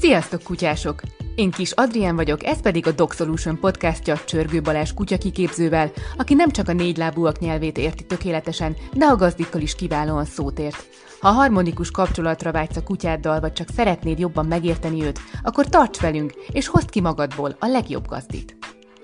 Sziasztok, kutyások! Én Kis Adrián vagyok, ez pedig a Dog Solution podcastja Csörgő Balázs kutyakiképzővel, aki nem csak a négylábúak nyelvét érti tökéletesen, de a gazdikkal is kiválóan szót ért. Ha harmonikus kapcsolatra vágysz a kutyáddal, vagy csak szeretnéd jobban megérteni őt, akkor tarts velünk, és hozd ki magadból a legjobb gazdit!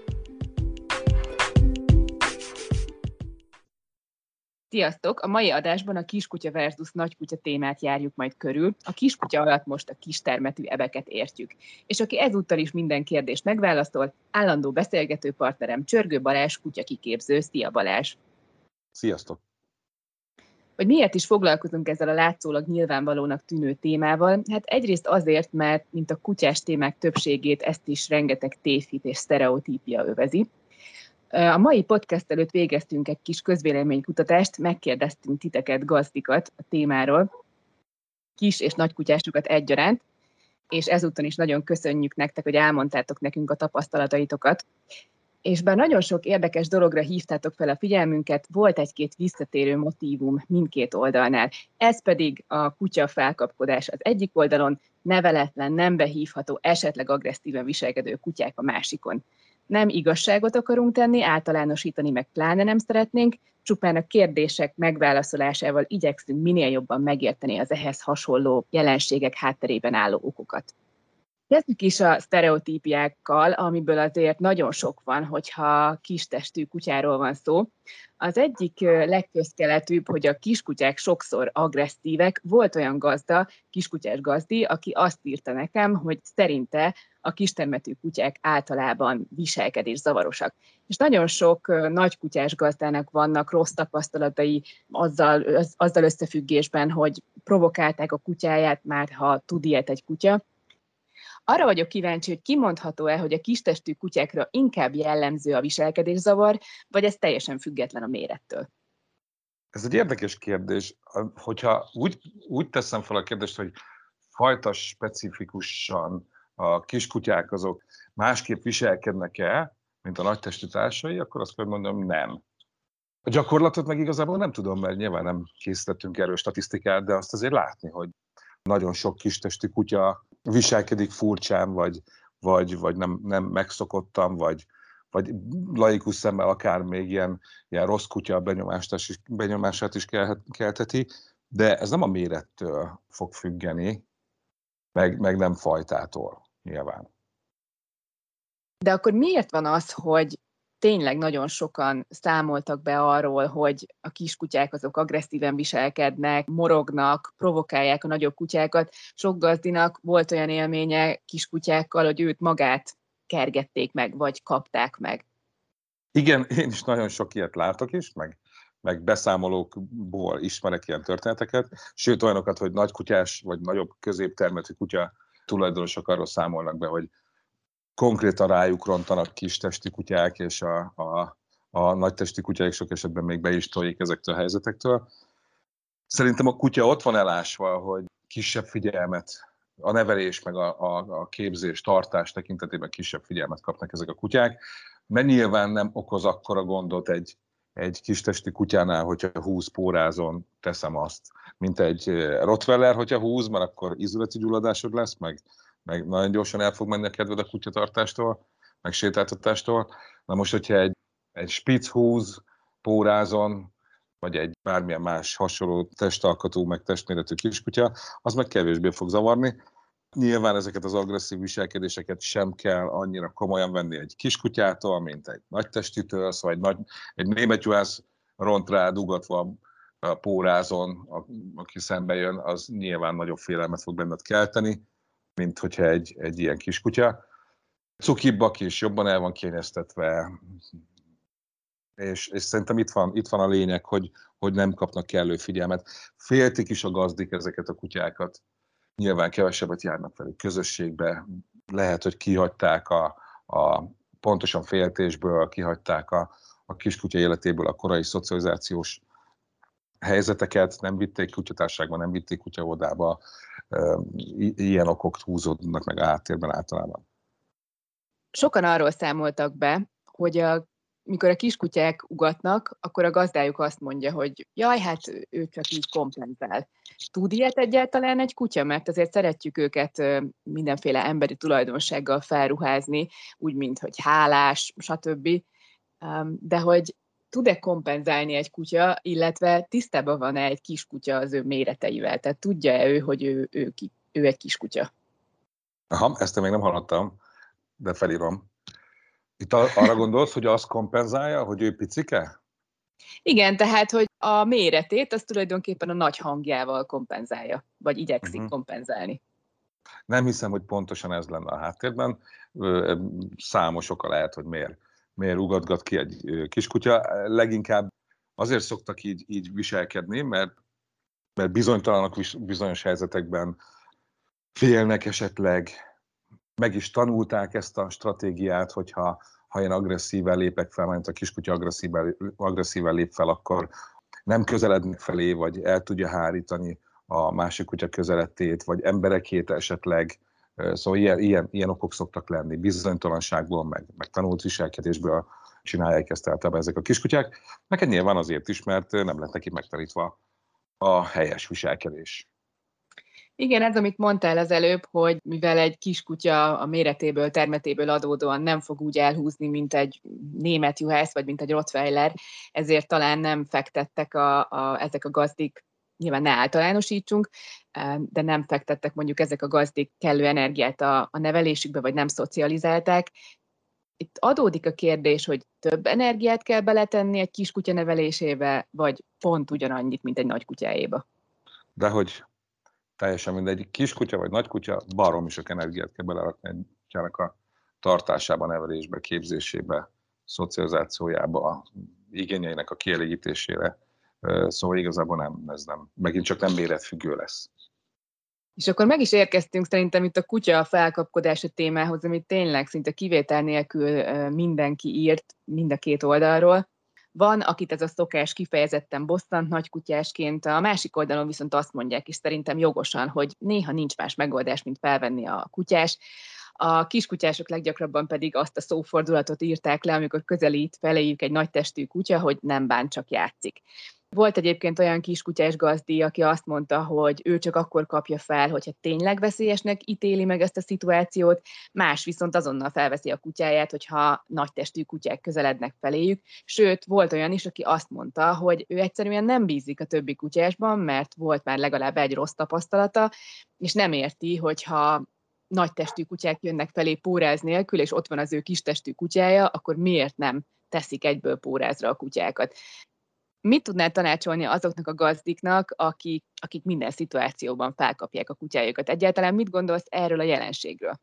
Sziasztok! A mai adásban a kiskutya versus nagykutya témát járjuk majd körül. A kiskutya alatt most a kistermetű ebeket értjük. És aki ezúttal is minden kérdést megválaszol, állandó beszélgető partnerem Csörgő Balázs kutyakiképző. Szia Balázs! Sziasztok! Hogy miért is foglalkozunk ezzel a látszólag nyilvánvalónak tűnő témával? Hát egyrészt azért, mert mint a kutyás témák többségét, ezt is rengeteg tévhit és sztereotípia övezi. A mai podcast előtt végeztünk egy kis közvéleménykutatást, megkérdeztünk titeket, gazdikat a témáról, kis és nagykutyásokat egyaránt, és ezúton is nagyon köszönjük nektek, hogy elmondtátok nekünk a tapasztalataitokat. És bár nagyon sok érdekes dologra hívtátok fel a figyelmünket, volt egy-két visszatérő motívum mindkét oldalnál. Ez pedig a kutya felkapkodás az egyik oldalon, neveletlen, nem behívható, esetleg agresszíven viselkedő kutyák a másikon. Nem igazságot akarunk tenni, általánosítani meg pláne nem szeretnénk, csupán a kérdések megválaszolásával igyekszünk minél jobban megérteni az ehhez hasonló jelenségek hátterében álló okokat. Kezdjük is a sztereotípiákkal, amiből azért nagyon sok van, hogyha kistestű kutyáról van szó. Az egyik legközkeletűbb, hogy a kiskutyák sokszor agresszívek. Volt olyan gazda, kiskutyás gazdi, aki azt írta nekem, hogy szerinte a kistermetű kutyák általában viselkedészavarosak. És nagyon sok nagykutyás gazdának vannak rossz tapasztalatai azzal összefüggésben, hogy provokálták a kutyáját, már ha tud ilyet egy kutya. Arra vagyok kíváncsi, hogy kimondható-e, hogy a kistestű kutyákra inkább jellemző a viselkedészavar, vagy ez teljesen független a mérettől? Ez egy érdekes kérdés. Hogyha úgy teszem fel a kérdést, hogy fajta specifikusan a kiskutyák azok másképp viselkednek-e, mint a nagytestű társai, akkor azt kell mondom, nem. A gyakorlatot meg igazából nem tudom, mert nyilván nem készítettünk erről statisztikát, de azt azért látni, hogy nagyon sok kistestű kutya viselkedik furcsán, vagy nem megszokottan, vagy laikus szemmel akár még ilyen rossz kutya benyomását is keltheti, de ez nem a mérettől fog függeni, meg nem fajtától nyilván. De akkor miért van az, hogy tényleg nagyon sokan számoltak be arról, hogy a kiskutyák azok agresszíven viselkednek, morognak, provokálják a nagyobb kutyákat. Sok gazdinak volt olyan élménye kiskutyákkal, hogy őt magát kergették meg, vagy kapták meg. Igen, én is nagyon sok ilyet látok is, meg beszámolókból ismerek ilyen történeteket, sőt olyanokat, hogy nagykutyás vagy nagyobb középtermetű kutya tulajdonosok arról számolnak be, hogy konkrétan rájuk rontanak kis testi kutyák, és a nagy testi kutyák sok esetben még be is toljék ezektől a helyzetektől. Szerintem a kutya ott van elásva, hogy kisebb figyelmet, a nevelés, meg a képzés, tartás tekintetében kisebb figyelmet kapnak ezek a kutyák, mert nyilván nem okoz akkora gondot egy kistesti kutyánál, hogyha húz pórázon, teszem azt, mint egy rottweiler, hogyha húz, mert akkor izületi gyulladásod lesz, meg nagyon gyorsan el fog menni a kedved a kutyatartástól, meg sétáltatástól. Na most, hogyha egy spitz húz pórázon, vagy egy bármilyen más hasonló testalkatú, meg testméretű kiskutya, az meg kevésbé fog zavarni. Nyilván ezeket az agresszív viselkedéseket sem kell annyira komolyan venni egy kiskutyától, mint egy nagy testűtől, szóval egy német juhász ront rá dugatva a pórázon, aki szembe jön, az nyilván nagyobb félelmet fog benned kelteni, mint hogyha egy ilyen kiskutya. Cukibbak is, jobban el van kényeztetve, és szerintem itt van a lényeg, hogy nem kapnak kellő figyelmet. Féltik is a gazdik ezeket a kutyákat. Nyilván kevesebbet járnak velük közösségbe. Lehet, hogy kihagyták pontosan féltésből, kihagyták a kiskutya életéből a korai szocializációs helyzeteket, nem vitték kutyatárságba, nem vitték kutyaóvodába. Ilyen okok húzódnak meg a háttérben általában. Sokan arról számoltak be, hogy a mikor a kiskutyák ugatnak, akkor a gazdájuk azt mondja, hogy jaj, hát ő csak így kompenzál. Tud ilyet egyáltalán egy kutya? Mert azért szeretjük őket mindenféle emberi tulajdonsággal felruházni, úgy, mint hogy hálás, stb. De hogy tud-e kompenzálni egy kutya, illetve tisztában van-e egy kiskutya az ő méreteivel? Tehát tudja-e ő, hogy ő egy kiskutya? Aha, ezt én még nem hallottam, de felírom. Itt arra gondolsz, hogy azt kompenzálja, hogy ő picike? Igen, tehát, hogy a méretét az tulajdonképpen a nagy hangjával kompenzálja, vagy igyekszik kompenzálni. Nem hiszem, hogy pontosan ez lenne a háttérben. Számos oka lehet, hogy miért ugatgat ki egy kiskutya. Leginkább azért szoktak így viselkedni, mert bizonytalanok bizonyos helyzetekben, félnek esetleg, meg is tanulták ezt a stratégiát, hogyha én agresszíven lépek fel, mert a kiskutya agresszíven lép fel, akkor nem közelednek felé, vagy el tudja hárítani a másik kutya közelettét, vagy emberekét esetleg. Szóval ilyen okok szoktak lenni, bizonytalanságból, meg tanult viselkedésből csinálják ezt általában ezek a kiskutyák. Neked nyilván azért is, mert nem lett neki megtanítva a helyes viselkedés. Igen, ez, amit mondtál az előbb, hogy mivel egy kiskutya a méretéből, termetéből adódóan nem fog úgy elhúzni, mint egy német juhász, vagy mint egy rottweiler, ezért talán nem fektettek ezek a gazdik, nyilván ne általánosítsunk, de nem fektettek mondjuk ezek a gazdik kellő energiát a nevelésükbe, vagy nem szocializálták. Itt adódik a kérdés, hogy több energiát kell beletenni egy kiskutya nevelésébe, vagy pont ugyanannyit, mint egy nagy kutyáéba? Dehogy teljesen mindegy, kiskutya vagy nagykutya, baromi sok energiát kell belerakni egy kutyának a tartásába, nevelésbe, képzésébe, szocializációjába, igényeinek a kielégítésére. Szóval igazából ez nem, megint csak nem méretfüggő lesz. És akkor meg is érkeztünk szerintem itt a kutya felkapkodása témához, amit tényleg szinte kivétel nélkül mindenki írt mind a két oldalról. Van, akit ez a szokás kifejezetten bosszant nagykutyásként, a másik oldalon viszont azt mondják, és szerintem jogosan, hogy néha nincs más megoldás, mint felvenni a kutyás. A kiskutyások leggyakrabban pedig azt a szófordulatot írták le, amikor közelít feléjük egy nagytestű kutya, hogy nem bánt, csak játszik. Volt egyébként olyan kiskutyás gazdi, aki azt mondta, hogy ő csak akkor kapja fel, hogyha tényleg veszélyesnek ítéli meg ezt a szituációt, más viszont azonnal felveszi a kutyáját, hogyha nagytestű kutyák közelednek feléjük. Sőt, volt olyan is, aki azt mondta, hogy ő egyszerűen nem bízik a többi kutyásban, mert volt már legalább egy rossz tapasztalata, és nem érti, hogyha nagytestű kutyák jönnek felé póráz nélkül, és ott van az ő kistestű kutyája, akkor miért nem teszik egyből pórázra a kutyákat? Mit tudnál tanácsolni azoknak a gazdiknak, akik minden szituációban felkapják a kutyájukat? Egyáltalán mit gondolsz erről a jelenségről?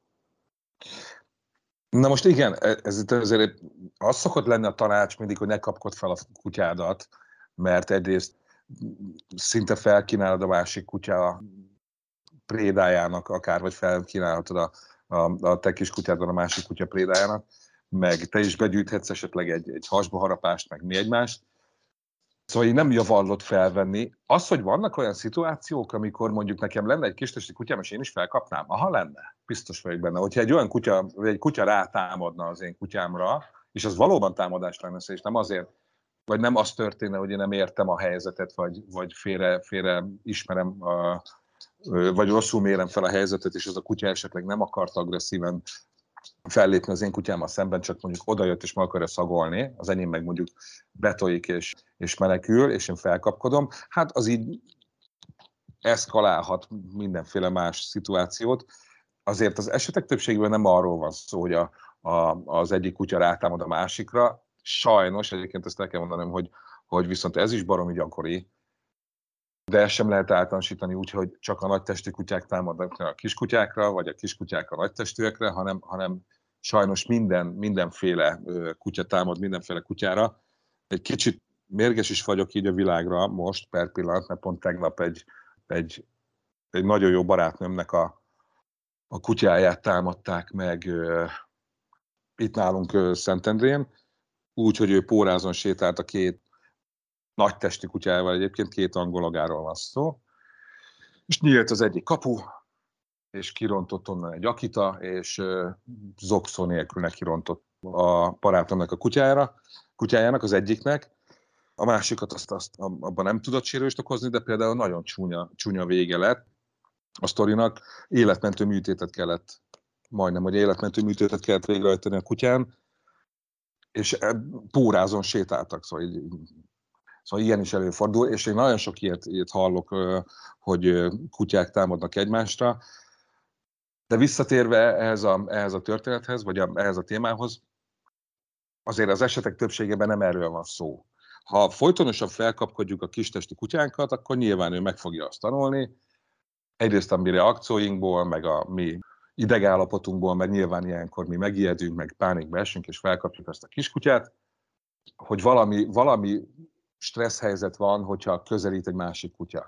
Na most igen, ez azért az szokott lenni a tanács mindig, hogy ne kapkod fel a kutyádat, mert egyrészt szinte felkínálod a másik kutya prédájának akár, vagy felkínálhatod a te kis kutyádon a másik kutya prédájának, meg te is begyűjthetsz esetleg egy hasba harapást, meg mi egymást. Szóval így nem javallott felvenni. Az, hogy vannak olyan szituációk, amikor mondjuk nekem lenne egy kistesti kutyám, és én is felkapnám, aha, lenne. Biztos vagyok benne. Hogyha egy olyan kutya, vagy egy kutya rátámadna az én kutyámra, és az valóban támadás lenne, és nem azért, vagy nem az történne, hogy én nem értem a helyzetet, vagy félre ismerem, vagy rosszul mérem fel a helyzetet, és az a kutya esetleg nem akart agresszíven fellépni az én kutyámmal szemben, csak mondjuk odajött és meg akarja szagolni, az enyém meg mondjuk betoljik és menekül, és én felkapkodom, hát az így eszkalálhat mindenféle más szituációt. Azért az esetek többségében nem arról van szó, hogy az egyik kutya rátámad a másikra. Sajnos, egyébként ezt el kell mondanom, hogy viszont ez is baromi gyakori, de ezt sem lehet általánosítani úgy, hogy csak a nagytestű kutyák támadnak a kiskutyákra, vagy a kiskutyák a nagytestűekre, hanem sajnos mindenféle kutya támad mindenféle kutyára. Egy kicsit mérges is vagyok így a világra most per pillanat, mert pont tegnap egy nagyon jó barátnőmnek a kutyáját támadták meg itt nálunk Szentendrén, úgy, hogy ő pórázon sétált a két nagytesti kutyával, egyébként két angolagáról van szó, és nyílt az egyik kapu, és kirontott onnan egy akita, és zokszó nélkül nekirontott a barátomnak a kutyára, kutyájának, az egyiknek. A másikat azt abban nem tudott sérülést okozni, de például nagyon csúnya vége lett. A sztorinak életmentő műtétet kellett, majdnem, hogy életmentő műtétet kellett végrehajtani a kutyán, és pórázon sétáltak, szóval ilyen is előfordul, és én nagyon sok ilyet hallok, hogy kutyák támadnak egymásra. De visszatérve ehhez a történethez, vagy ehhez a témához, azért az esetek többségében nem erről van szó. Ha folytonosan felkapkodjuk a kistestű kutyánkat, akkor nyilván ő meg fogja azt tanulni, egyrészt a mi reakcióinkból, meg a mi idegállapotunkból, mert nyilván ilyenkor mi megijedünk, meg pánikba esünk, és felkapjuk azt a kiskutyát, hogy valami stressz helyzet van, hogyha közelít egy másik kutya.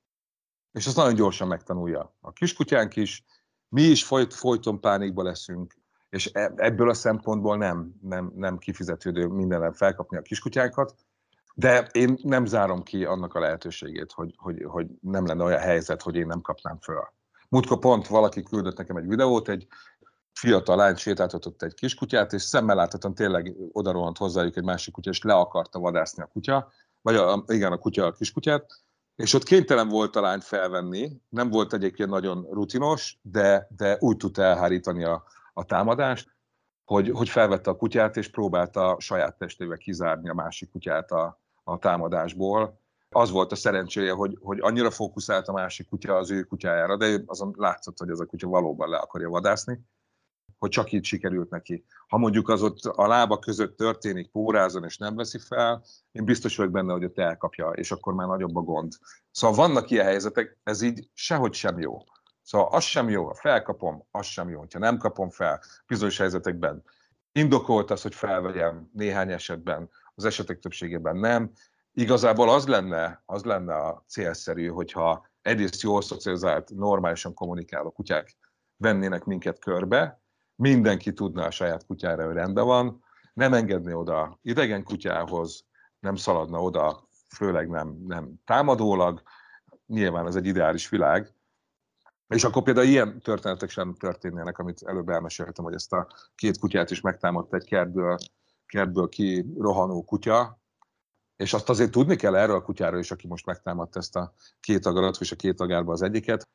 És azt nagyon gyorsan megtanulja. A kiskutyánk is, mi is folyton pánikba leszünk, és ebből a szempontból nem kifizetődő mindenen felkapni a kiskutyánkat, de én nem zárom ki annak a lehetőségét, hogy nem lenne olyan helyzet, hogy én nem kapnám föl. Múltkor pont valaki küldött nekem egy videót, egy fiatal lány sétáltatott egy kiskutyát, és szemmel láthatóan tényleg odarohant hozzájuk egy másik kutya, és le akarta vadászni a kutya, vagy a kutya a kiskutyát, és ott kénytelen volt a lány felvenni, nem volt egyébként nagyon rutinos, de úgy tudta elhárítani a támadást, hogy felvette a kutyát, és próbálta saját testével kizárni a másik kutyát a támadásból. Az volt a szerencséje, hogy annyira fókuszált a másik kutya az ő kutyájára, de azon látszott, hogy ez a kutya valóban le akarja vadászni, hogy csak így sikerült neki. Ha mondjuk az ott a lába között történik, pórázon és nem veszi fel, én biztos vagyok benne, hogy ott elkapja, és akkor már nagyobb a gond. Szóval vannak ilyen helyzetek, ez így sehogy sem jó. Szóval az sem jó, ha felkapom, az sem jó, ha nem kapom fel bizonyos helyzetekben. Indokolt az, hogy felvegyem néhány esetben, az esetek többségében nem. Igazából az lenne a célszerű, hogyha egyrészt jól szocializált, normálisan kommunikáló kutyák vennének minket körbe, mindenki tudna a saját kutyára, hogy rendben van, nem engedni oda idegen kutyához, nem szaladna oda, főleg nem támadólag, nyilván ez egy ideális világ, és akkor például ilyen történetek sem történnének, amit előbb elmeséltem, hogy ezt a két kutyát is megtámadt egy kertből kirohanó kutya, és azt azért tudni kell erről a kutyáról is, aki most megtámadt ezt a két agarat, és a két agárba az egyiket,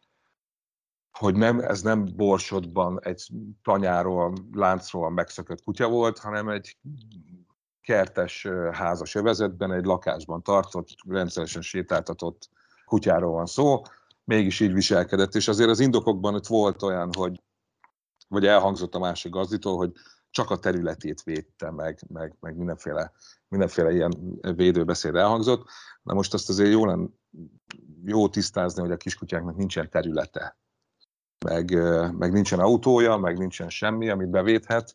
hogy ez nem Borsodban egy tanyáról, láncról megszökött kutya volt, hanem egy kertes házas övezetben, egy lakásban tartott, rendszeresen sétáltatott kutyáról van szó, mégis így viselkedett, és azért az indokokban ott volt olyan, vagy elhangzott a másik gazditól, hogy csak a területét védte, meg mindenféle ilyen védőbeszéd elhangzott. Na most azt azért jó tisztázni, hogy a kiskutyáknak nincsen területe, meg nincsen autója, meg nincsen semmi, amit bevédhet.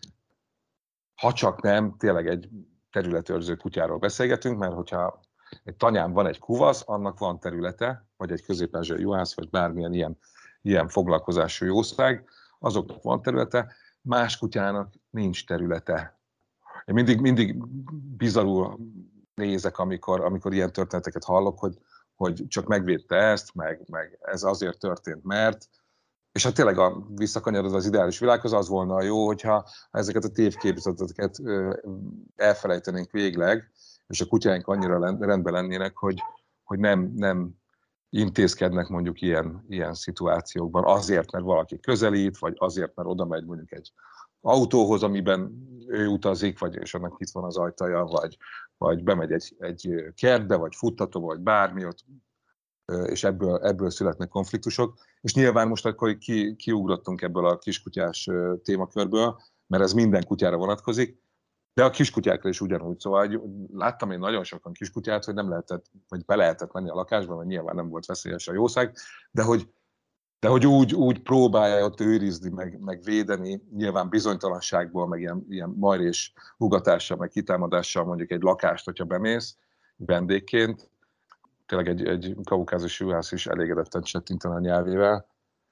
Ha csak nem, tényleg egy területőrző kutyáról beszélgetünk, mert hogyha egy tanyán van egy kuvasz, annak van területe, vagy egy közép-ázsiai juhász, vagy bármilyen ilyen foglalkozású jószág, azoknak van területe, más kutyának nincs területe. Én mindig bizarul nézek, amikor ilyen történeteket hallok, hogy csak megvédte ezt, meg ez azért történt, mert. És hát tényleg visszakanyarodva az ideális világhoz, az volna jó, hogyha ezeket a tévképzeteket elfelejtenénk végleg, és a kutyáink annyira rendben lennének, hogy nem intézkednek mondjuk ilyen szituációkban azért, mert valaki közelít, vagy azért, mert oda megy mondjuk egy autóhoz, amiben ő utazik, és annak itt van az ajtaja, vagy bemegy egy kertbe, vagy futtatóba, vagy bármi ott, és ebből születnek konfliktusok. És nyilván most akkor kiugrottunk ebből a kiskutyás témakörből, mert ez minden kutyára vonatkozik, de a kiskutyákra is ugyanúgy. Szóval láttam én nagyon sokan kiskutyát, hogy nem lehetett, vagy be lehetett menni a lakásba, mert nyilván nem volt veszélyes a jószág, de hogy úgy próbálja ott őrizni, meg védeni, nyilván bizonytalanságból, meg ilyen majrés húgatással, meg kitámadással mondjuk egy lakást, hogyha bemész vendégként. Tényleg egy kaukázusi juhász is elégedetten csettintene a nyelvével.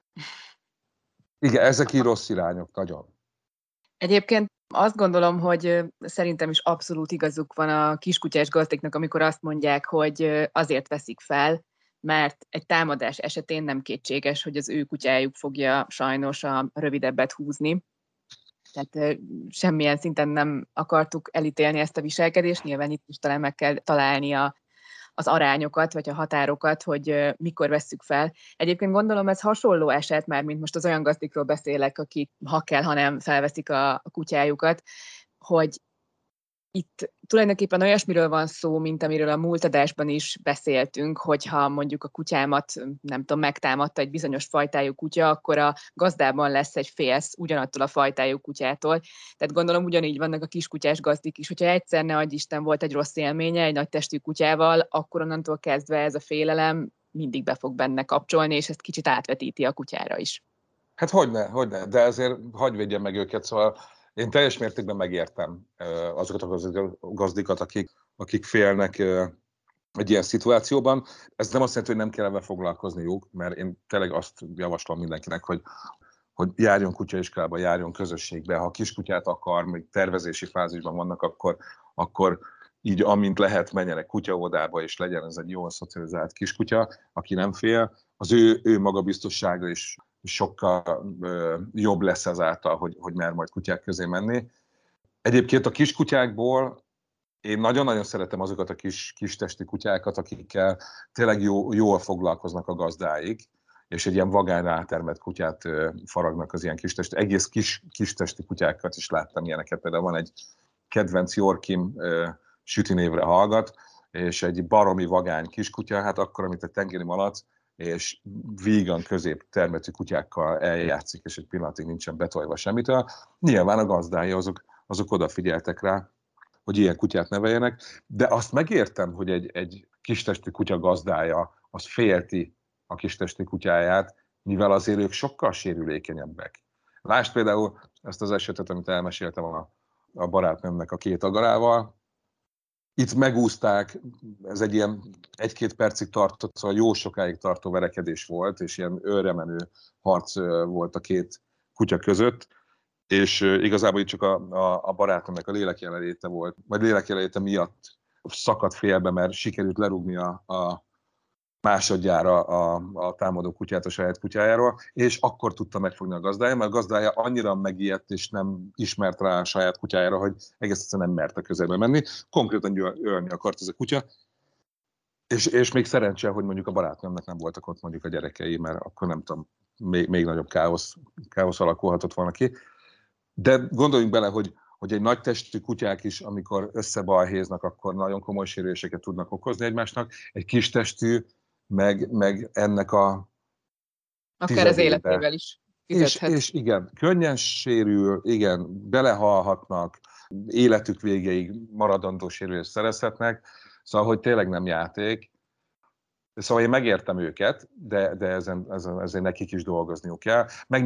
Igen, ezek így rossz irányok, nagyon. Egyébként azt gondolom, hogy szerintem is abszolút igazuk van a kiskutyás gazdéknak, amikor azt mondják, hogy azért veszik fel, mert egy támadás esetén nem kétséges, hogy az ő kutyájuk fogja sajnos a rövidebbet húzni. Tehát semmilyen szinten nem akartuk elítélni ezt a viselkedést, nyilván itt is talán meg kell találni az arányokat, vagy a határokat, hogy mikor vesszük fel. Egyébként gondolom ez hasonló eset már, mint most az olyan gazdikról beszélek, akik ha kell, ha nem felveszik a kutyájukat, hogy itt tulajdonképpen olyasmiről van szó, mint amiről a múlt adásban is beszéltünk, hogyha mondjuk a kutyámat, nem tudom, megtámadta egy bizonyos fajtájú kutya, akkor a gazdában lesz egy félsz ugyanattól a fajtájú kutyától. Tehát gondolom ugyanígy vannak a kiskutyás gazdik is, hogyha egyszer, ne adj Isten, volt egy rossz élménye egy nagy testű kutyával, akkor onnantól kezdve ez a félelem mindig be fog benne kapcsolni, és ezt kicsit átvetíti a kutyára is. Hát hogyne, de azért hagyj védjem meg őket, szóval én teljes mértékben megértem azokat a gazdikat, akik félnek egy ilyen szituációban. Ez nem azt jelenti, hogy nem kell ebben foglalkozniuk, mert én tényleg azt javaslom mindenkinek, hogy járjon kutyaiskolába, járjon közösségbe. Ha kiskutyát akar, még tervezési fázisban vannak, akkor így amint lehet, menjenek kutyaóvodába, és legyen ez egy jól szocializált kiskutya, aki nem fél. Az ő magabiztossága is sokkal jobb lesz ezáltal, hogy mer majd kutyák közé menni. Egyébként a kiskutyákból én nagyon-nagyon szeretem azokat a kis testi kutyákat, akikkel tényleg jól foglalkoznak a gazdáik, és egy ilyen vagány rátermett kutyát faragnak az ilyen egész kis testi kutyákat is láttam ilyeneket. Például van egy kedvenc Yorkim, Süti névre hallgat, és egy baromi vagány kiskutya, hát akkor, amit egy tengeri malac, és vígan közép termetű kutyákkal eljátszik, és egy pillanatig nincsen betolva semmitől. Nyilván a gazdái azok odafigyeltek rá, hogy ilyen kutyát neveljenek, de azt megértem, hogy egy kistestű kutya gazdája az félti a kistestű kutyáját, mivel azért ők sokkal sérülékenyebbek. Lásd például ezt az esetet, amit elmeséltem a barátnőmnek a 2 agarával. Itt megúzták, ez egy ilyen 1-2 percig tartott, szóval jó sokáig tartó verekedés volt, és ilyen őrre menő harc volt a 2 kutya között, és igazából itt csak a barátnőmnek a lélekjelenléte volt, vagy lélekjelenléte miatt szakadt félbe, mert sikerült lerúgni a másodjára a támadó kutyát a saját kutyájáról, és akkor tudta megfogni a gazdája, mert a gazdája annyira megijedt, és nem ismert rá a saját kutyájára, hogy egész egyszerűen nem mert a közelbe menni. Konkrétan ölni akart ez a kutya, és még szerencse, hogy mondjuk a barátnőmnek nem voltak ott mondjuk a gyerekei, mert akkor nem tudom, még nagyobb káosz alakulhatott volna ki. De gondoljunk bele, hogy egy nagy testű kutyák is, amikor összebalhéznak, akkor nagyon komoly sérüléseket tudnak okozni egymásnak. Egy kis testű, meg ennek a akár az életével is fizethet. És igen, könnyen sérül, igen, belehalhatnak, életük végéig maradandó sérülést szerezhetnek, szóval, hogy tényleg nem játék. Szóval én megértem őket, de ezen nekik is dolgozniuk kell. Meg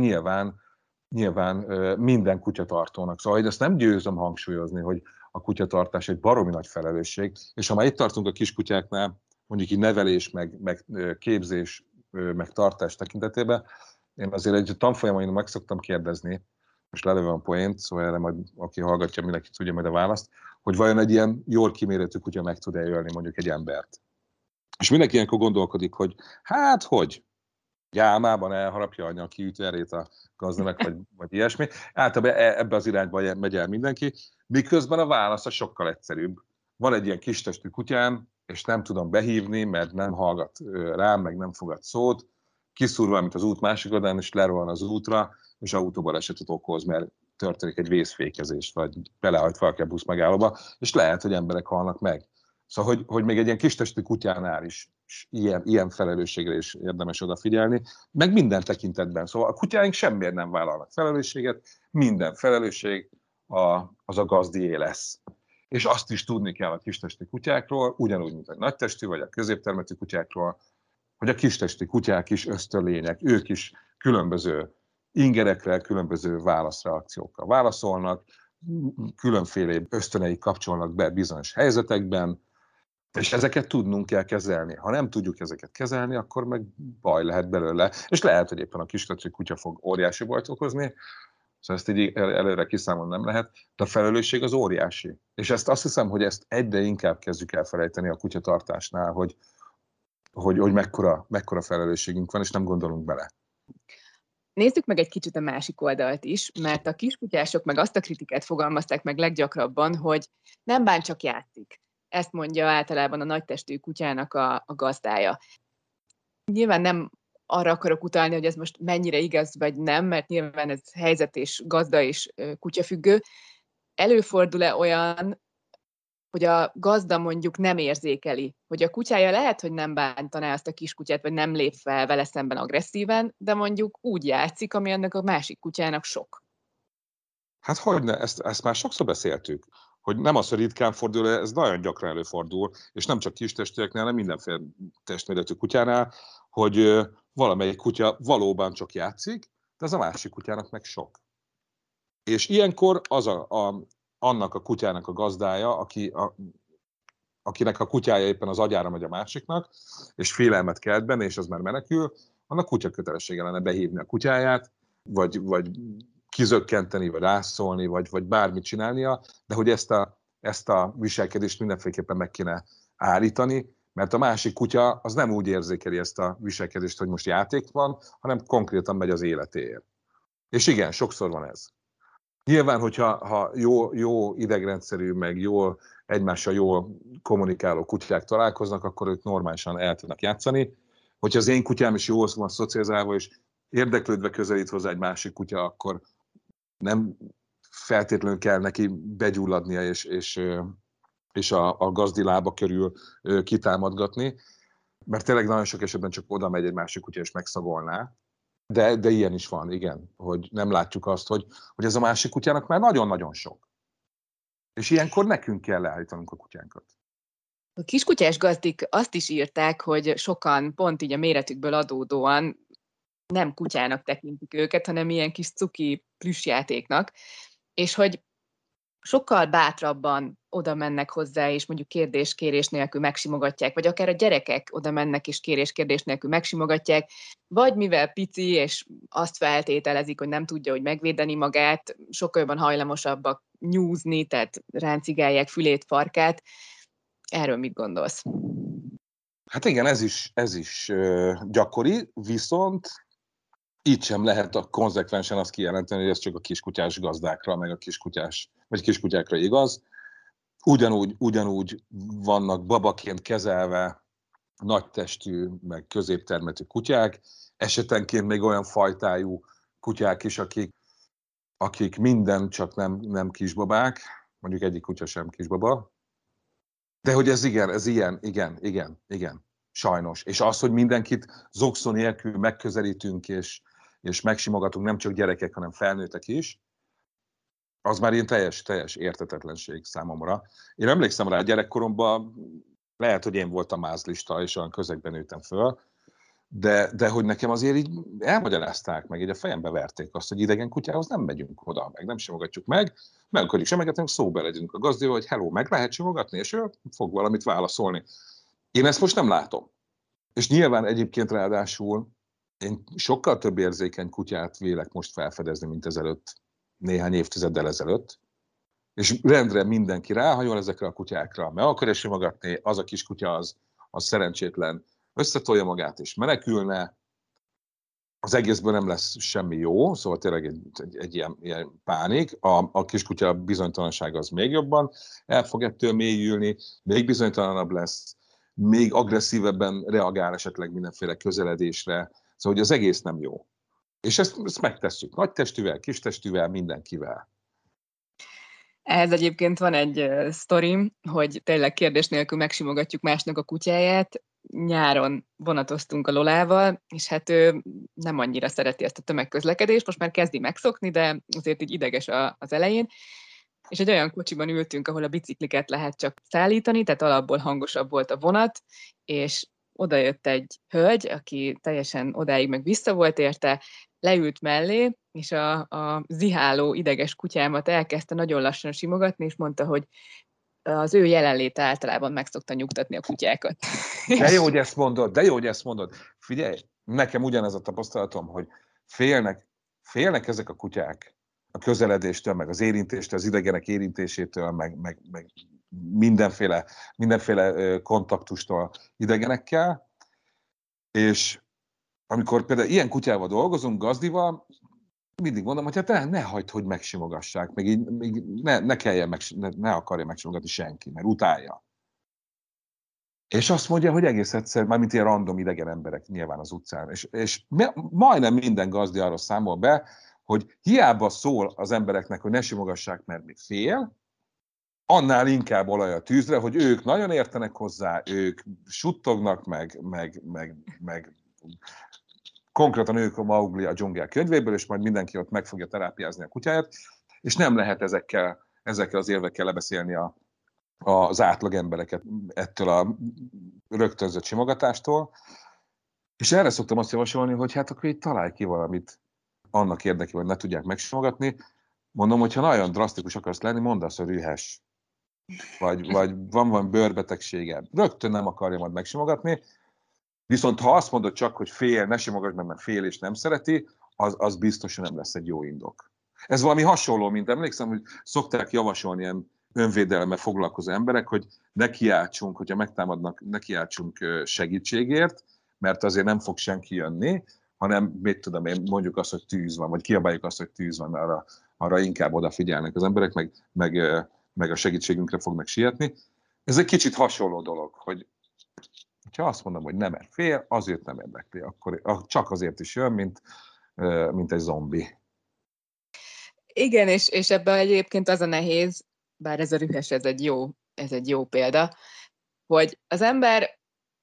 nyilván minden kutyatartónak. Szóval én ezt nem győzöm hangsúlyozni, hogy a kutyatartás egy baromi nagy felelősség, és ha már itt tartunk a kiskutyáknál, mondjuk így nevelés, meg képzés, meg tartás tekintetében, én azért egy tanfolyamon meg szoktam kérdezni, most lelövöm a poént, szóval erre majd aki hallgatja, mindenki tudja majd a választ, hogy vajon egy ilyen jól kiméretű kutya meg tud-e ölni mondjuk egy embert. És mindenki ilyenkor gondolkodik, hogy hát hogy? Gyámában elharapja a kiütőerét a gazdának, vagy ilyesmi. Általában ebbe az irányba megy el mindenki, miközben a válasz sokkal egyszerűbb. Van egy ilyen kistestű kutyám, és nem tudom behívni, mert nem hallgat rám, meg nem fogad szót, kiszúr valamit az út másik oldalán, és lerohan az útra, és autóbalesetet okoz, mert történik egy vészfékezés, vagy belehajt valaki a busz megállóba, és lehet, hogy emberek halnak meg. Szóval, hogy még egy ilyen kistestű kutyánál is ilyen felelősségre is érdemes odafigyelni, meg minden tekintetben. Szóval a kutyáink semmiért nem vállalnak felelősséget, minden felelősség az a gazdié lesz. És azt is tudni kell a kistestű kutyákról, ugyanúgy, mint a nagytestű vagy a középtermetű kutyákról, hogy a kistestű kutyák is ösztönlények, ők is különböző ingerekre, különböző válaszreakciókkal válaszolnak, különféle ösztöneik kapcsolnak be bizonyos helyzetekben, és ezeket tudnunk kell kezelni. Ha nem tudjuk ezeket kezelni, akkor meg baj lehet belőle. És lehet, hogy éppen a kistestű kutya fog óriási bajt okozni, szóval ezt így előre kiszámolni nem lehet, de a felelősség az óriási. És azt hiszem, hogy ezt egyre inkább kezdjük elfelejteni a kutyatartásnál, hogy mekkora felelősségünk van, és nem gondolunk bele. Nézzük meg egy kicsit a másik oldalt is, mert a kiskutyások meg azt a kritikát fogalmazták meg leggyakrabban, hogy nem bánt, csak játszik. Ezt mondja általában a nagytestű kutyának a gazdája. Nyilván nem arra akarok utalni, hogy ez most mennyire igaz vagy nem, mert nyilván ez helyzet és gazda és kutyafüggő. Előfordul-e olyan, hogy a gazda mondjuk nem érzékeli, hogy a kutyája lehet, hogy nem bántaná azt a kiskutyát, vagy nem lép fel vele szemben agresszíven, de mondjuk úgy játszik, ami annak a másik kutyának sok. Hát hogyne, ezt már sokszor beszéltük, hogy nem az, hogy ritkán fordul, ez nagyon gyakran előfordul, és nem csak kis testűeknél, hanem mindenféle testméretű kutyánál, hogy valamelyik kutya valóban csak játszik, de az a másik kutyának meg sok. És ilyenkor annak a kutyának a gazdája, akinek a kutyája éppen az agyára megy a másiknak, és félelmet kelt benne, és az már menekül, annak kutya kötelessége lenne behívni a kutyáját, vagy kizökkenteni, vagy rászólni, vagy bármit csinálnia, de hogy ezt a viselkedést mindenféleképpen meg kéne állítani, mert a másik kutya az nem úgy érzékeli ezt a viselkedést, hogy most játék van, hanem konkrétan megy az életéért. És igen, sokszor van ez. Nyilván, hogyha jó idegrendszerű, meg egymással jól kommunikáló kutyák találkoznak, akkor ők normálisan el tudnak játszani. Hogyha az én kutyám is jól van szocializálva, és érdeklődve közelít hozzá egy másik kutya, akkor nem feltétlenül kell neki begyulladnia, és a gazdi lába körül kitámadgatni, mert tényleg nagyon sok esetben csak oda megy egy másik kutya, és megszagolná. De ilyen is van, igen, hogy nem látjuk azt, hogy ez a másik kutyának már nagyon-nagyon sok. És ilyenkor nekünk kell leállítanunk a kutyánkat. A kiskutyás gazdik azt is írták, hogy sokan pont így a méretükből adódóan nem kutyának tekintik őket, hanem ilyen kis cuki plüssjátéknak, és hogy sokkal bátrabban oda mennek hozzá, és mondjuk kérdés-kérés nélkül megsimogatják, vagy akár a gyerekek oda mennek, és kérés-kérdés nélkül megsimogatják, vagy mivel pici, és azt feltételezik, hogy nem tudja, hogy megvédeni magát, sokkal jobban hajlamosabbak nyúzni, tehát ráncigálják fülét, farkát. Erről mit gondolsz? Hát igen, ez is gyakori, viszont így sem lehet konzekvensen azt kijelenteni, hogy ez csak a kiskutyás gazdákra, meg a kiskutyákra igaz. Ugyanúgy vannak babaként kezelve nagytestű, meg középtermetű kutyák, esetenként még olyan fajtájú kutyák is, akik minden, csak nem kisbabák, mondjuk egyik kutya sem kisbaba. De hogy ez igen, sajnos. És az, hogy mindenkit zokszó nélkül megközelítünk, és megsimogatunk, nem csak gyerekek, hanem felnőttek is, az már ilyen teljes értetetlenség számomra. Én emlékszem rá, gyerekkoromban lehet, hogy én voltam mázlista, és olyan közegben nőttem föl, de hogy nekem azért így elmagyarázták meg, így a fejembe verték azt, hogy idegen kutyához nem megyünk oda, meg nem simogatjuk meg akarjuk semegetni, szóba legyünk a gazdival, hogy hello, meg lehet simogatni, és ő fog valamit válaszolni. Én ezt most nem látom. És nyilván egyébként ráadásul én sokkal több érzékeny kutyát vélek most felfedezni, mint ezelőtt, néhány évtizeddel ezelőtt, és rendre mindenki ráhajol ezekre a kutyákra, meg akarja simogatni, az a kis kutya az szerencsétlen összetolja magát és menekülne, az egészből nem lesz semmi jó, szóval tényleg egy ilyen pánik. A kiskutya bizonytalansága az még jobban el fog ettől mélyülni, még bizonytalanabb lesz, még agresszívebben reagál esetleg mindenféle közeledésre, szóval hogy az egész nem jó. És ezt megtesszük nagy testűvel, kis testűvel, mindenkivel. Ehhez egyébként van egy sztorim, hogy tényleg kérdés nélkül megsimogatjuk másnak a kutyáját. Nyáron vonatoztunk a Lolával, és hát ő nem annyira szereti ezt a tömegközlekedést, most már kezdi megszokni, de azért így ideges az elején. És egy olyan kocsiban ültünk, ahol a bicikliket lehet csak szállítani, tehát alapból hangosabb volt a vonat, és oda jött egy hölgy, aki teljesen odáig meg vissza volt érte, leült mellé, és a ziháló ideges kutyámat elkezdte nagyon lassan simogatni, és mondta, hogy az ő jelenléte általában meg szokta nyugtatni a kutyákat. De jó, hogy ezt mondod. Figyelj, nekem ugyanez a tapasztalatom, hogy félnek ezek a kutyák a közeledéstől, meg az érintéstől, az idegenek érintésétől, meg mindenféle kontaktustól idegenekkel, és amikor például ilyen kutyával dolgozunk, gazdival, mindig mondom, hogy hát ne hagyd, hogy megsimogassák, meg így ne kelljen ne akarja megsimogatni senki, mert utálja. És azt mondja, hogy egész egyszer, mármint ilyen random idegen emberek nyilván az utcán, és majdnem minden gazdi arról számol be, hogy hiába szól az embereknek, hogy ne simogassák, mert még fél, annál inkább olaj a tűzre, hogy ők nagyon értenek hozzá, ők suttognak, meg konkrétan ők a Mowgli a dzsungel könyvéből, és majd mindenki ott meg fogja terápiázni a kutyáját, és nem lehet ezekkel az érvekkel lebeszélni az átlag embereket ettől a rögtönzött simogatástól. És erre szoktam azt javasolni, hogy hát akkor így találj ki valamit annak érdekében, hogy ne tudják megsimogatni. Mondom, hogy ha nagyon drasztikus akarsz lenni, mondd azt, hogy rühes. Vagy van bőrbetegsége. Rögtön nem akarja majd megsimogatni. Viszont ha azt mondod csak, hogy fél, ne simogass meg, mert fél és nem szereti, az biztos, hogy nem lesz egy jó indok. Ez valami hasonló, mint emlékszem, hogy szokták javasolni ilyen önvédelemmel foglalkozó emberek, hogy ne kiáltsunk, hogyha megtámadnak, ne kiáltsunk segítségért, mert azért nem fog senki jönni, hanem mit tudom én, mondjuk azt, hogy tűz van, vagy kiabáljuk azt, hogy tűz van, mert arra inkább odafigyelnek az emberek, meg a segítségünkre fognak sietni. Ez egy kicsit hasonló dolog, hogy ha azt mondom, hogy nem fél, azért nem érdekli, akkor csak azért is jön, mint egy zombi. Igen, és ebben egyébként az a nehéz, bár ez a rühes, ez egy jó példa, hogy az ember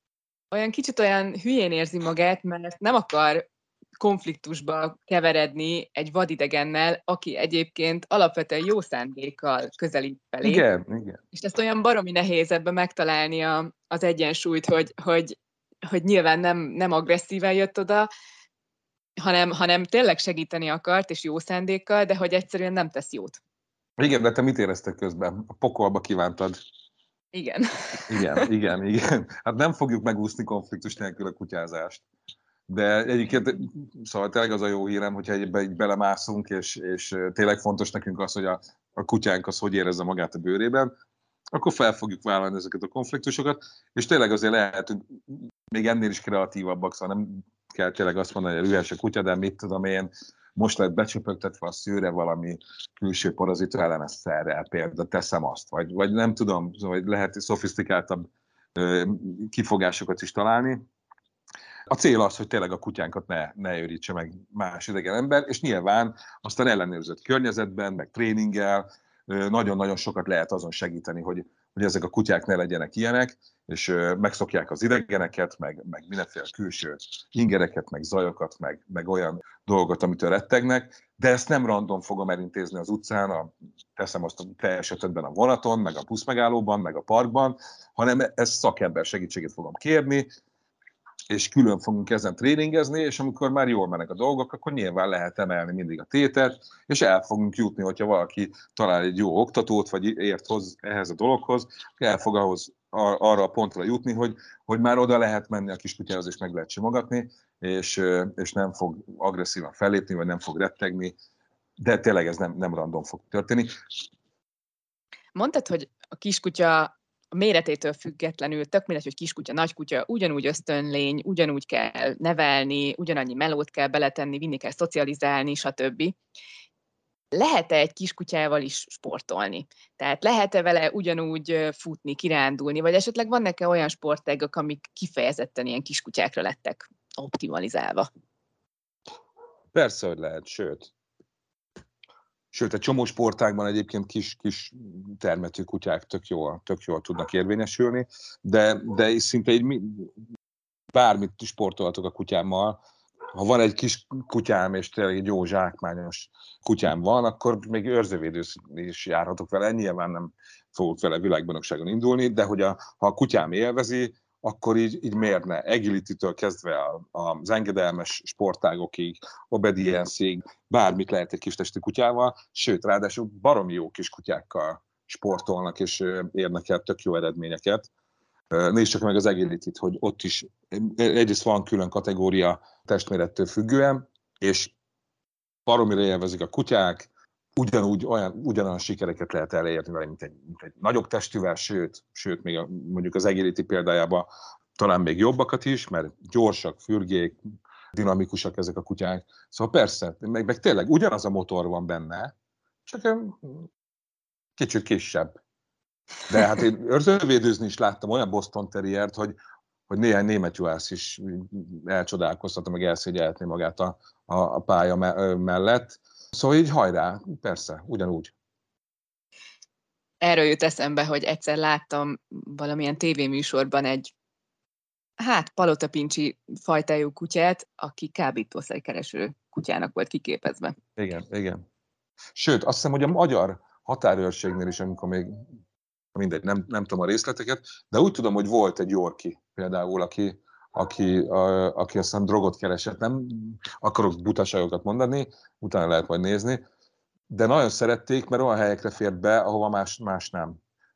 kicsit olyan hülyén érzi magát, mert nem akar konfliktusba keveredni egy vadidegennel, aki egyébként alapvetően jó szándékkal közelít felé. Igen. És ezt olyan baromi nehéz ebben megtalálni az egyensúlyt, hogy nyilván nem agresszíven jött oda, hanem tényleg segíteni akart, és jó szándékkal, de hogy egyszerűen nem tesz jót. Igen, de te mit éreztek közben? A pokolba kívántad. Igen. Igen. Hát nem fogjuk megúszni konfliktus nélkül a kutyázást. De egyébként, szóval tényleg az a jó hírem, hogyha így belemászunk, és tényleg fontos nekünk az, hogy a kutyánk az hogy érezze magát a bőrében, akkor fel fogjuk vállalni ezeket a konfliktusokat, és tényleg azért lehetünk még ennél is kreatívabbak, szóval nem kell tényleg azt mondani, hogy rühes a kutya, de mit tudom én, most lett becsöpögtetve a szőre valami külső parazita ellenes szerrel, például teszem azt, vagy nem tudom, vagy lehet szofisztikáltabb kifogásokat is találni. A cél az, hogy tényleg a kutyánkat ne őrítse meg más idegen ember, és nyilván aztán ellenőrzött környezetben, meg tréninggel nagyon-nagyon sokat lehet azon segíteni, hogy ezek a kutyák ne legyenek ilyenek, és megszokják az idegeneket, meg mindenféle külső ingereket, meg zajokat, meg olyan dolgokat, amitől rettegnek, de ezt nem random fogom elintézni az utcán, teszem azt a te esetedben a vonaton, meg a buszmegállóban, meg a parkban, hanem ezt szakember segítségét fogom kérni, és külön fogunk ezen tréningezni, és amikor már jól mennek a dolgok, akkor nyilván lehet emelni mindig a tétet, és el fogunk jutni, hogyha valaki talál egy jó oktatót, vagy ért ehhez a dologhoz, el fog arra a pontra jutni, hogy már oda lehet menni a kiskutyához, és meg lehet simogatni, és nem fog agresszívan fellépni, vagy nem fog rettegni, de tényleg ez nem random fog történni. Mondtad, hogy a kiskutya a méretétől függetlenül, tök mindegy, hogy kiskutya, nagykutya, ugyanúgy ösztönlény, ugyanúgy kell nevelni, ugyanannyi melót kell beletenni, vinni kell szocializálni, stb. Lehet-e egy kiskutyával is sportolni? Tehát lehet-e vele ugyanúgy futni, kirándulni, vagy esetleg vannak-e olyan sportágak, amik kifejezetten ilyen kiskutyákra lettek optimalizálva? Persze, hogy lehet, sőt, egy csomó sportágban egyébként kis termetű kutyák tök jól tudnak érvényesülni, de szinte így bármit sportolhatok a kutyámmal. Ha van egy kis kutyám, és tényleg egy jó zsákmányos kutyám van, akkor még őrzővédős is járhatok vele. Nyilván nem fogok vele világbajnokságon indulni, de ha a kutyám élvezi, akkor így miért ne? Agility-től kezdve az engedelmes sportágokig, obedience-ig, bármit lehet egy kis testű kutyával, sőt, ráadásul baromi jó kis kutyákkal sportolnak, és érnek el tök jó eredményeket. Nézd csak meg az agility-t, hogy ott is egyrészt van külön kategória testmérettől függően, és baromira élvezik a kutyák, ugyanolyan sikereket lehet elérni vele, mint egy nagyobb testűvel, sőt még mondjuk az agility példájában talán még jobbakat is, mert gyorsak, fürgék, dinamikusak ezek a kutyák. Szóval persze, meg tényleg ugyanaz a motor van benne, csak kicsit kisebb. De hát én őrzővédőzni is láttam olyan Boston Terriert, hogy néhány német juhász is elcsodálkoztatta, meg elszégyelhetné magát a pálya mellett. Szóval így hajrá, persze, ugyanúgy. Erről jut eszembe, hogy egyszer láttam valamilyen tévéműsorban egy palotapincsi fajtájú kutyát, aki kábítószerkereső kutyának volt kiképezve. Igen. Sőt, azt hiszem, hogy a magyar határőrségnél is, amikor még mindegy, nem tudom a részleteket, de úgy tudom, hogy volt egy Yorkie például, aki azt hiszem drogot keresett, nem akarok butaságokat mondani, utána lehet majd nézni, de nagyon szerették, mert olyan helyekre fért be, ahova más nem.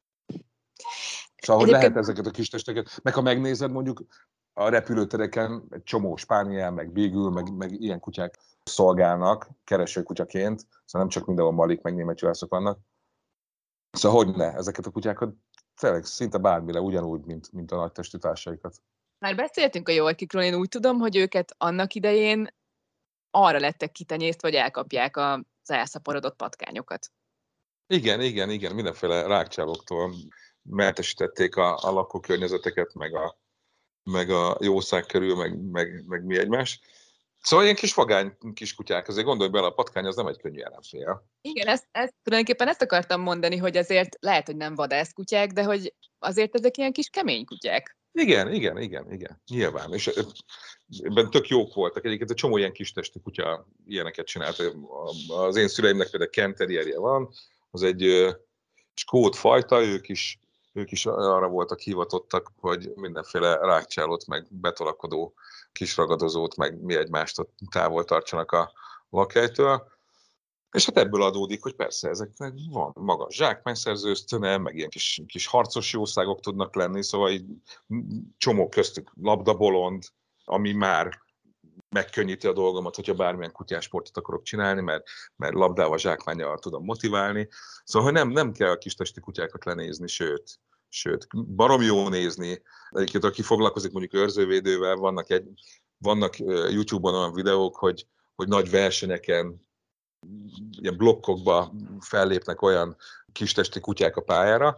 Szóval, hogy lehet ezeket a kis testeket, meg ha megnézed mondjuk a repülőtereken egy csomó spániel, meg beagle, meg ilyen kutyák szolgálnak keresőkutyaként, szóval nem csak mindenhol malik, meg német juhászok vannak. Szóval hogy ne, ezeket a kutyákat tényleg szinte bármire ugyanúgy, mint a nagy testű társaikat. Már beszéltünk a Yorkikról, én úgy tudom, hogy őket annak idején arra lettek kitenyésztve, hogy elkapják az elszaporodott patkányokat. Igen, mindenféle rákcsálóktól mentesítették a lakókörnyezeteket, meg a jószág körül, meg mi egymás. Szóval ilyen kis vagány kis kutyák, azért gondolj bele, a patkány az nem egy könnyű ellenfél. Igen, tulajdonképpen ezt akartam mondani, hogy azért lehet, hogy nem vadászkutyák, de hogy azért ezek ilyen kis kemény kutyák. Igen. Nyilván. És ebben tök jók voltak. Egyébként egy csomó ilyen kis testű kutya ilyeneket csinált. Az én szüleimnek például Kent Terrierje van, az egy skót fajta, ők is arra voltak hivatottak, hogy mindenféle rákcsálót, meg betolakodó kisragadozót, meg mi egymást távol tartsanak a lakhelytől. És hát ebből adódik, hogy persze ezeknek van magas zsákmányszerző ösztöne, meg ilyen kis harcos jószágok tudnak lenni, szóval így csomó köztük labdabolond, ami már megkönnyíti a dolgomat, hogyha bármilyen kutyásportot akarok csinálni, mert labdával, zsákmánnyal tudom motiválni. Szóval, hogy nem kell a kistesti kutyákat lenézni, sőt, barom jó nézni. Egyébként, aki foglalkozik mondjuk őrzővédővel, vannak YouTube-on olyan videók, hogy nagy versenyeken, ilyen blokkokba fellépnek olyan kistesti kutyák a pályára,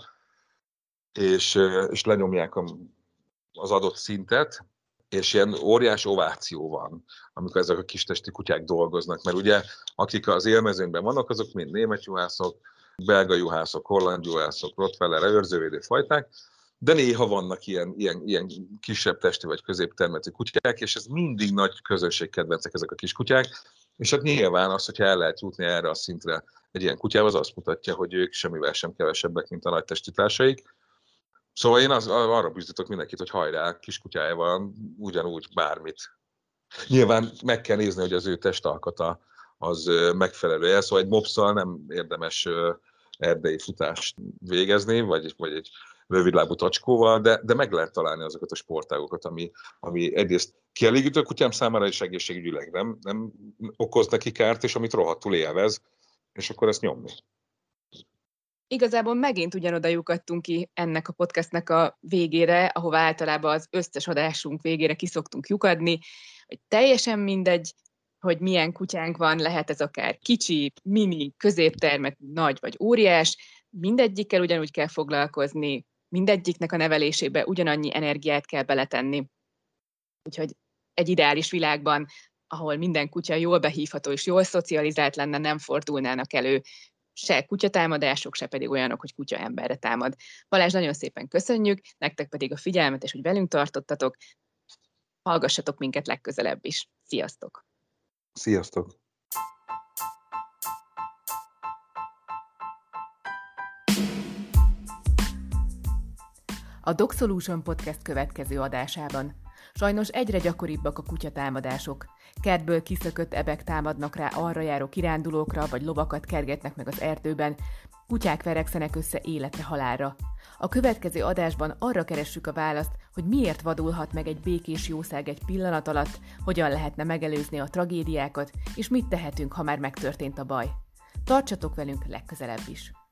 és lenyomják az adott szintet, és ilyen óriás ováció van, amikor ezek a kistesti kutyák dolgoznak, mert ugye akik az élmezőnyben vannak, azok mind német juhászok, belga juhászok, holland juhászok, rottweiler, őrzővédő fajták, de néha vannak ilyen kisebb testi vagy középtermetű kutyák, és ez mindig nagy közönségkedvencek ezek a kis kutyák, és hát nyilván az, hogyha el lehet jutni erre a szintre egy ilyen kutyával, az azt mutatja, hogy ők semmivel sem kevesebbek, mint a nagy testi társaik. Szóval én arra büzdítok mindenkit, hogy hajrá, kis kutyájával ugyanúgy bármit. Nyilván meg kell nézni, hogy az ő testalkata az megfelelő. Szóval egy mopsszal nem érdemes erdei futást végezni, vagy egy rövidlábú tacskóval, de meg lehet találni azokat a sportágokat, ami egyrészt kielégítő a kutyám számára is egészségügyileg nem okoz neki kárt, és amit rohadtul élvez, és akkor ezt nyomni. Igazából megint ugyanoda lyukadtunk ki ennek a podcastnek a végére, ahová általában az összes adásunk végére kiszoktunk lyukadni, hogy teljesen mindegy, hogy milyen kutyánk van, lehet ez akár kicsi, mini, középtermetű, nagy vagy óriás, mindegyikkel ugyanúgy kell foglalkozni, mindegyiknek a nevelésébe ugyanannyi energiát kell beletenni. Úgyhogy egy ideális világban, ahol minden kutya jól behívható és jól szocializált lenne, nem fordulnának elő se kutyatámadások, se pedig olyanok, hogy kutya emberre támad. Balázs, nagyon szépen köszönjük, nektek pedig a figyelmet, és hogy velünk tartottatok. Hallgassatok minket legközelebb is. Sziasztok! Sziasztok! A Dog Solution Podcast következő adásában. Sajnos egyre gyakoribbak a kutyatámadások. Kertből kiszökött ebek támadnak rá arra járó kirándulókra, vagy lovakat kergetnek meg az erdőben, kutyák verekszenek össze életre-halálra. A következő adásban arra keressük a választ, hogy miért vadulhat meg egy békés jószág egy pillanat alatt, hogyan lehetne megelőzni a tragédiákat, és mit tehetünk, ha már megtörtént a baj. Tartsatok velünk legközelebb is!